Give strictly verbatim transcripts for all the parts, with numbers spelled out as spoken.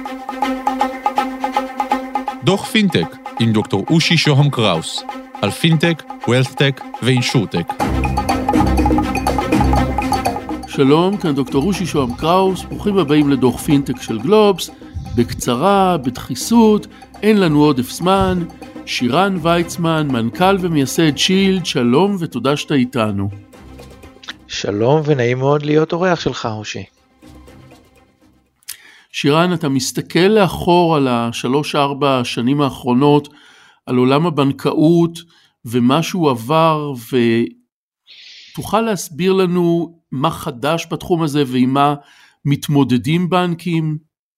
דוח פינטק עם דוקטור אושי שוהם קראוס, על פינטק, ווילת'טק ואינשורטק. שלום, כאן דוקטור אושי שוהם קראוס, ברוכים הבאים לדוח פינטק של גלובס, בקצרה, בדחיסות, אין לנו עודף זמן. שירן ויצמן, מנכ"ל ומייסד שילד, שלום ותודה שאתה איתנו. שלום ונעים מאוד להיות אורח שלך, אושי. שירן, אתה מסתכל לאחור על השלוש ארבע השנים האחרונות, על עולם הבנקאות ומה שהוא עבר, ותוכל להסביר לנו מה חדש בתחום הזה ועם מה מתמודדים בנקים?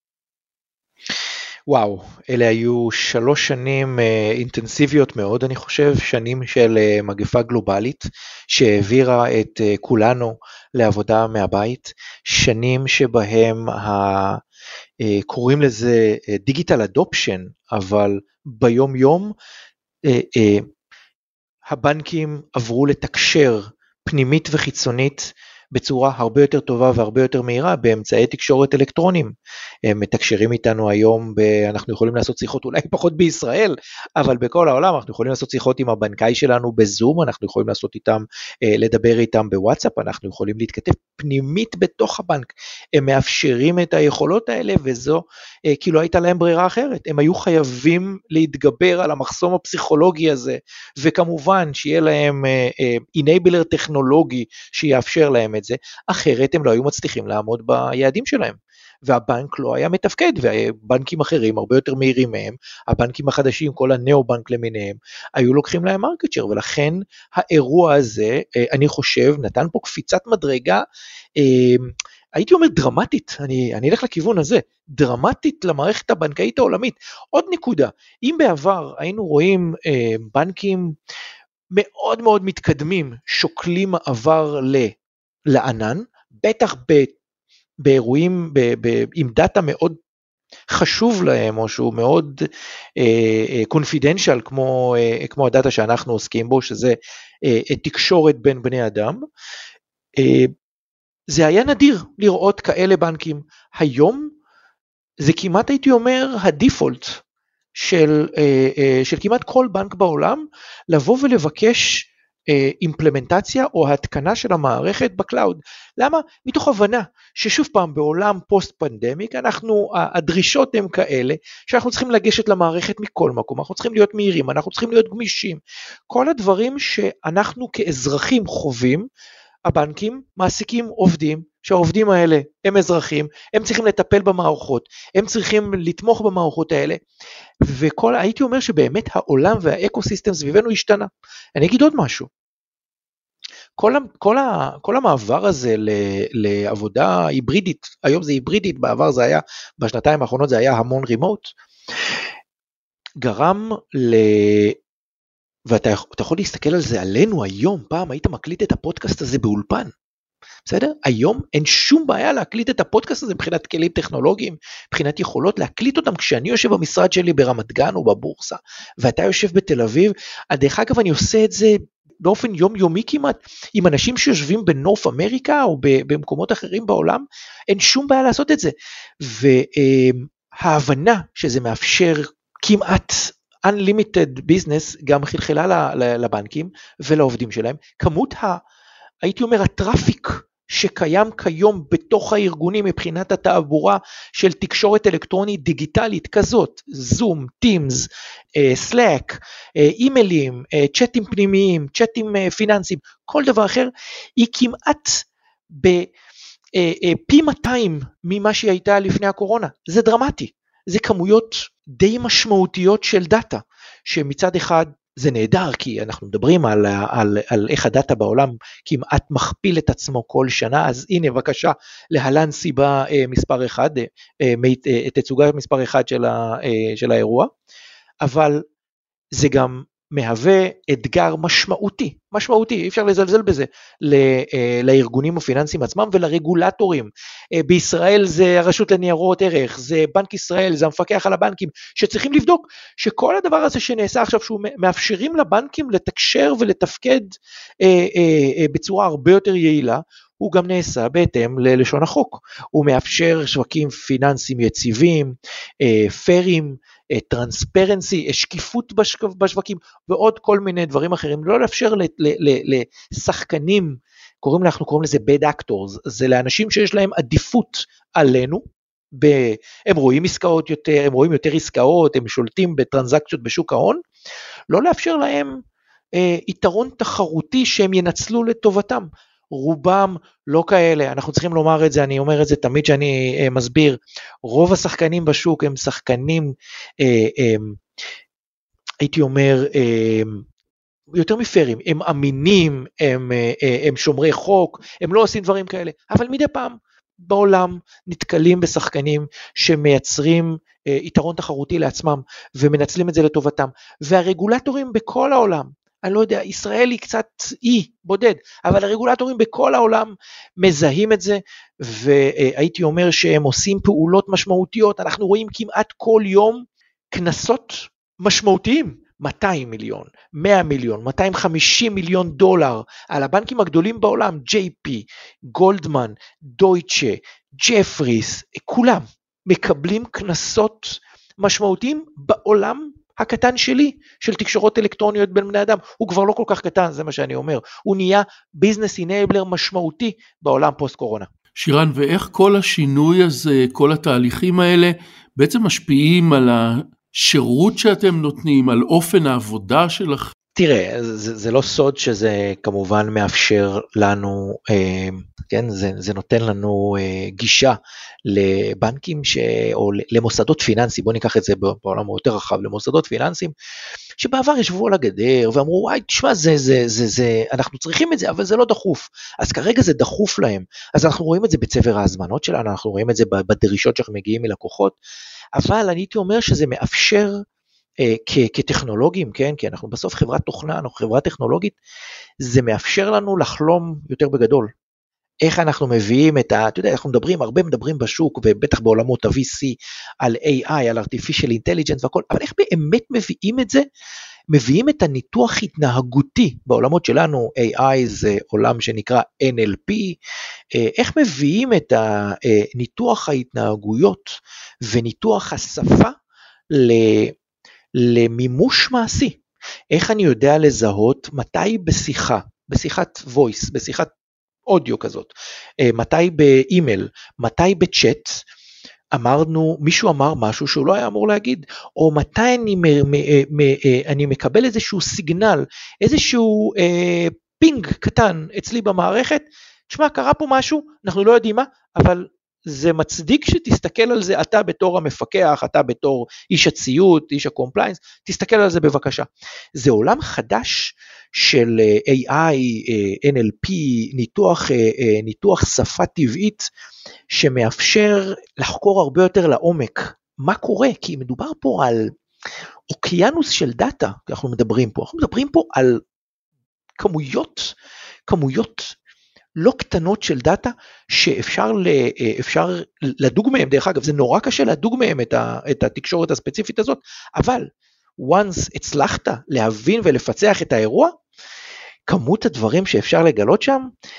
וואו, אלה היו שלוש שנים uh, אינטנסיביות מאוד, אני חושב, שנים של uh, מגפה גלובלית, שהעבירה את uh, כולנו לעבודה מהבית, שנים שבהם ה... uh, קוראים לזה דיגיטל uh, אדופשן, אבל ביום יום uh, uh, הבנקים עברו לתקשר פנימית וחיצונית, בצורה הרבה יותר טובה והרבה יותר מהירה באמצעי תקשורת אלקטרונים. הם מתקשרים איתנו היום, ב... אנחנו יכולים לעשות שיחות אולי פחות בישראל, אבל בכל העולם אנחנו יכולים לעשות שיחות עם הבנקאי שלנו בזום, אנחנו יכולים לעשות איתם, לדבר איתם בוואטסאפ, אנחנו יכולים להתכתב פנימית בתוך הבנק. הם מאפשרים את היכולות האלה, וזו כי לא הייתה להם ברירה אחרת. הם היו חייבים להתגבר על המחסום הפסיכולוגי הזה, וכמובן שיהיה להם enabler טכנולוגי שיאפשר להם את זה, אחרת הם לא היו מצליחים לעמוד ביעדים שלהם, והבנק לא היה מתפקד, ובנקים אחרים הרבה יותר מהירים מהם, הבנקים החדשים, כל הנאו-בנק למיניהם, היו לוקחים להם מרקט-שייר, ולכן האירוע הזה, אני חושב, נתן פה קפיצת מדרגה, הייתי אומר דרמטית, אני, אני אלך לכיוון הזה, דרמטית למערכת הבנקאית העולמית. עוד נקודה, אם בעבר היינו רואים בנקים מאוד מאוד מתקדמים, שוקלים מעבר ל... לענן, בטח ב, באירועים, ב, ב, עם דאטה מאוד חשוב להם, או שהוא מאוד קונפידנציאל, uh, uh, כמו, uh, כמו הדאטה שאנחנו עוסקים בו, שזה uh, תקשורת בין בני אדם. Uh, זה היה נדיר לראות כאלה בנקים. היום זה כמעט הייתי אומר הדיפולט של, uh, uh, של כמעט כל בנק בעולם, לבוא ולבקש אימפלמנטציה או התקנה של המערכת בקלאוד. למה? מתוך הבנה ששוב פעם בעולם פוסט פנדמיק, אנחנו, הדרישות הן כאלה, שאנחנו צריכים לגשת למערכת מכל מקום, אנחנו צריכים להיות מהירים, אנחנו צריכים להיות גמישים, כל הדברים שאנחנו כאזרחים חווים, הבנקים מעסיקים עובדים, שהעובדים האלה הם אזרחים, הם צריכים לטפל במערכות, הם צריכים לתמוך במערכות האלה, וכל, הייתי אומר שבאמת העולם והאקוסיסטם סביבנו השתנה. אני אגיד עוד משהו, כל, כל, כל המעבר הזה ל, לעבודה היברידית, היום זה היברידית, בעבר זה היה, בשנתיים האחרונות זה היה המון רימוט, גרם ל... ואתה יכול להסתכל על זה עלינו היום, פעם היית מקליט את הפודקאסט הזה באולפן, בסדר? היום אין שום בעיה להקליט את הפודקאסט הזה, מבחינת כלים טכנולוגיים, מבחינת יכולות להקליט אותם, כשאני יושב במשרד שלי ברמת גן או בבורסה, ואתה יושב בתל אביב, דרך אגב אני עושה את זה באופן יומיומי כמעט, עם אנשים שיושבים בנורף אמריקה, או במקומות אחרים בעולם, אין שום בעיה לעשות את זה, וההבנה שזה מאפשר כמעט, unlimited business גם חלחלה לבנקים ולעובדים שלהם, כמות ה, הייתי אומר, הטראפיק שקיים כיום בתוך הארגונים מבחינת התעבורה של תקשורת אלקטרונית דיגיטלית כזאת, זום, טימס, סלאק, אימיילים, צ'אטים פנימיים, צ'אטים פיננסיים, כל דבר אחר, היא כמעט בפי מאתיים ממה שהיא הייתה לפני הקורונה. זה דרמטי. זה כמויות די משמעותיות של דאטה, שמצד אחד זה נהדר, כי אנחנו מדברים על, על, על איך הדאטה בעולם כמעט מכפיל את עצמו כל שנה, אז הנה בבקשה להלן סיבה אה, מספר אחד, אה, אה, תצוגה מספר אחד של, ה, אה, של האירוע, אבל זה גם מהווה אתגר משמעותי, משמעותי, אי אפשר לזלזל בזה, לארגונים הפיננסיים עצמם ולרגולטורים. בישראל זה הרשות לניירות ערך, זה בנק ישראל, זה המפקח על הבנקים, שצריכים לבדוק שכל הדבר הזה שנעשה עכשיו, שהוא מאפשרים לבנקים לתקשר ולתפקד בצורה הרבה יותר יעילה, הוא גם נעשה בהתאם ללשון החוק, הוא מאפשר שווקים פיננסיים יציבים, פיירים, טרנספרנסי, שקיפות בשווקים, ועוד כל מיני דברים אחרים, לא לאפשר לשחקנים, קוראים לה, אנחנו קוראים לזה bad actors, זה לאנשים שיש להם עדיפות עלינו, ב, הם רואים עסקאות יותר, הם רואים יותר עסקאות, הם שולטים בטרנזקציות בשוק ההון, לא לאפשר להם אה, יתרון תחרותי שהם ינצלו לטובתם, רובם לא כאלה, אנחנו צריכים לומר את זה, אני אומר את זה תמיד שאני אה, מסביר, רוב השחקנים בשוק הם שחקנים, אה, אה, הייתי אומר, אה, יותר מפרים, הם אמינים, הם, הם שומרי חוק, הם לא עושים דברים כאלה, אבל מדי פעם בעולם נתקלים בשחקנים שמייצרים יתרון תחרותי לעצמם, ומנצלים את זה לטובתם, והרגולטורים בכל העולם, אני לא יודע, ישראל היא קצת אי בודד, אבל הרגולטורים בכל העולם מזהים את זה, והייתי אומר שהם עושים פעולות משמעותיות, אנחנו רואים כמעט כל יום כנסות משמעותיים, מאתיים מיליון, מאה מיליון, מאתיים וחמישים מיליון דולר, על הבנקים הגדולים בעולם, ג'יי פי, גולדמן, דויטשה, ג'פריס, כולם מקבלים כנסות משמעותיים בעולם הקטן שלי, של תקשורות אלקטרוניות בין בני אדם, הוא כבר לא כל כך קטן, זה מה שאני אומר, הוא נהיה ביזנס אינבלר משמעותי בעולם פוסט קורונה. שירן, ואיך כל השינוי הזה, כל התהליכים האלה, בעצם משפיעים על ה... שירות שאתם נותנים, על אופן העבודה שלך? תראה, זה, זה לא סוד שזה כמובן מאפשר לנו, אה, כן, זה, זה נותן לנו אה, גישה לבנקים ש, או למוסדות פיננסיים, בוא ניקח את זה בעולם יותר רחב, למוסדות פיננסיים, שבעבר ישבו על הגדר ואמרו, וואי, תשמע, זה, זה, זה, זה, אנחנו צריכים את זה, אבל זה לא דחוף, אז כרגע זה דחוף להם, אז אנחנו רואים את זה בצבר ההזמנות שלנו, אנחנו רואים את זה בדרישות שאנחנו מגיעים מלקוחות, אבל אני הייתי אומר שזה מאפשר אה, כ- כטכנולוגים, כן, כי אנחנו בסוף חברת תוכנה, אנחנו חברה טכנולוגית, זה מאפשר לנו לחלום יותר בגדול. איך אנחנו מביאים את ה... אתה יודע, אנחנו מדברים, הרבה מדברים בשוק, ובטח בעולמות ה-וי סי, על איי איי, על artificial intelligence והכל, אבל איך באמת מביאים את זה? מביאים את הניתוח התנהגותי, בעולמות שלנו, איי איי זה עולם שנקרא אן אל פי, איך מביאים את הניתוח ההתנהגויות, וניתוח השפה, למימוש מעשי. איך אני יודע לזהות מתי בשיחה, בשיחת voice, בשיחת אודיו כזאת, מתי באימייל, מתי בצ'אט, אמרנו, מישהו אמר משהו שהוא לא היה אמור להגיד, או מתי אני, מ, מ, מ, אני מקבל איזשהו סיגנל, איזשהו אה, פינג קטן אצלי במערכת, תשמע, קרה פה משהו, אנחנו לא יודעים מה, אבל זה מצדיק שתסתכל על זה, אתה בתור המפקח, אתה בתור איש הציות, איש הקומפליינס, תסתכל על זה בבקשה. זה עולם חדש של איי איי, אן אל פי, ניתוח, ניתוח שפה טבעית, שמאפשר לחקור הרבה יותר לעומק. מה קורה? כי מדובר פה על אוקיינוס של דאטה, אנחנו מדברים פה, אנחנו מדברים פה על כמויות, כמויות, לא קטנות של דאטה שאפשר אפשר לדוג מהם, דרך אגב זה נורא קשה לדוג מהם את, ה, את התקשורת הספציפית הזאת, אבל once הצלחת להבין ולפצח את האירוע, כמות הדברים שאפשר לגלות שם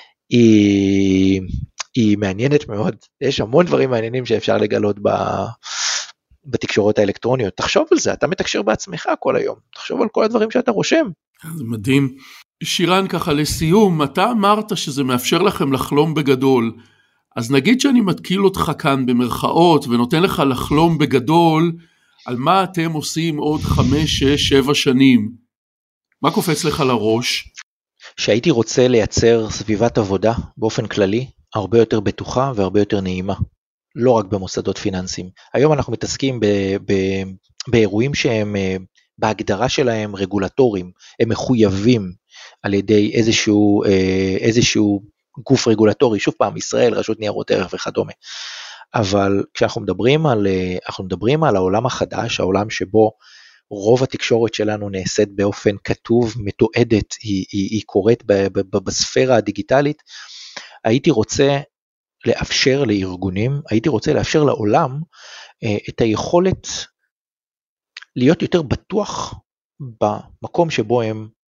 היא, היא מעניינת מאוד, יש המון דברים מעניינים שאפשר לגלות ב, בתקשורות האלקטרוניות, תחשוב על זה, אתה מתקשר בעצמך כל היום, תחשוב על כל הדברים שאתה רושם. זה מדהים. שירן, ככה לסיום, אתה אמרת שזה מאפשר לכם לחלום בגדול, אז נגיד שאני מתקיל אותך כאן במרכאות, ונותן לך לחלום בגדול, על מה אתם עושים עוד חמש, שש, שבע שנים, מה קופץ לך לראש? שהייתי רוצה לייצר סביבת עבודה, באופן כללי, הרבה יותר בטוחה והרבה יותר נעימה, לא רק במוסדות פיננסיים. היום אנחנו מתעסקים ב- ב- באירועים שהם, בהגדרה שלהם רגולטוריים, הם מחויבים, על ידי איזשהו, איזשהו גוף רגולטורי, שוב פעם, ישראל, רשות ניירות ערך וכדומה. אבל כשאנחנו מדברים על, אנחנו מדברים על העולם החדש, העולם שבו רוב התקשורת שלנו נעשית באופן כתוב, מתועדת, היא, היא, היא קורית בספירה הדיגיטלית, הייתי רוצה לאפשר לארגונים, הייתי רוצה לאפשר לעולם את היכולת להיות יותר בטוח במקום שבו הם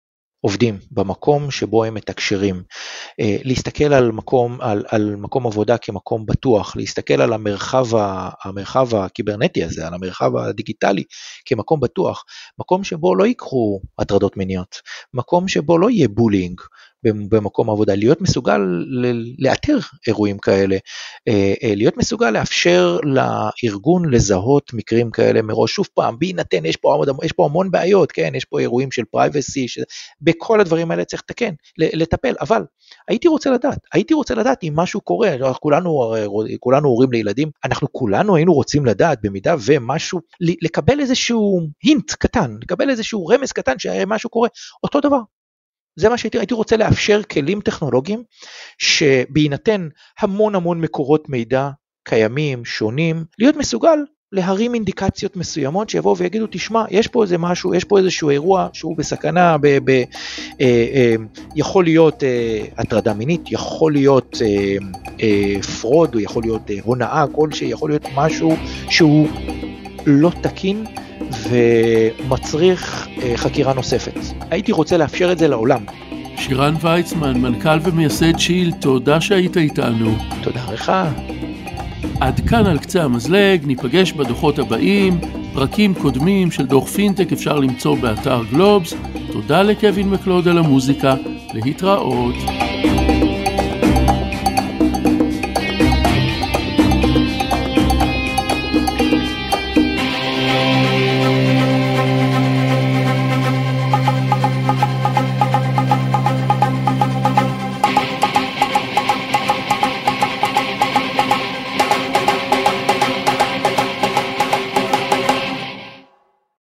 עובדים, במקום שבו הם מתקשרים, להסתכל על מקום, על, על מקום עבודה כמקום בטוח, להסתכל על המרחב, המרחב הקיברנטי הזה, על המרחב הדיגיטלי כמקום בטוח, מקום שבו לא יקרו הטרדות מיניות, מקום שבו לא יהיה בולינג במקום עבודה, להיות מסוגל לאתר אירועים כאלה, להיות מסוגל לאפשר לארגון לזהות מקרים כאלה מראש, שוב פעם, בהינתן, יש פה, יש פה המון בעיות, כן, יש פה אירועים של פרייבסי, בכל הדברים האלה צריך לתקן, לטפל, אבל הייתי רוצה לדעת, הייתי רוצה לדעת אם משהו קורה, כולנו, כולנו הורים לילדים, אנחנו כולנו היינו רוצים לדעת במידה ומשהו, לקבל איזשהו הינט קטן, לקבל איזשהו רמז קטן שמשהו קורה, אותו דבר. זה מה שהייתי, הייתי רוצה לאפשר כלים טכנולוגיים, שבהינתן המון המון מקורות מידע קיימים, שונים, להיות מסוגל להרים אינדיקציות מסוימות, שיבואו ויגידו, תשמע, יש פה איזה משהו, יש פה איזשהו אירוע שהוא בסכנה, ב, ב, אה, אה, יכול להיות אה, הטרדה מינית, יכול להיות אה, אה, פרוד, או יכול להיות אה, הונאה, כלשהי, יכול להיות משהו שהוא לא תקין, ומצריך חקירה נוספת. הייתי רוצה לאפשר את זה לעולם. שירן ויצמן, מנכ"ל ומייסד שיל, תודה שהיית איתנו. תודה לך. עד כאן על קצה המזלג, ניפגש בדוחות הבאים, פרקים קודמים של דוח פינטק אפשר למצוא באתר גלובס. תודה לקווין מקלוד על המוזיקה, להתראות.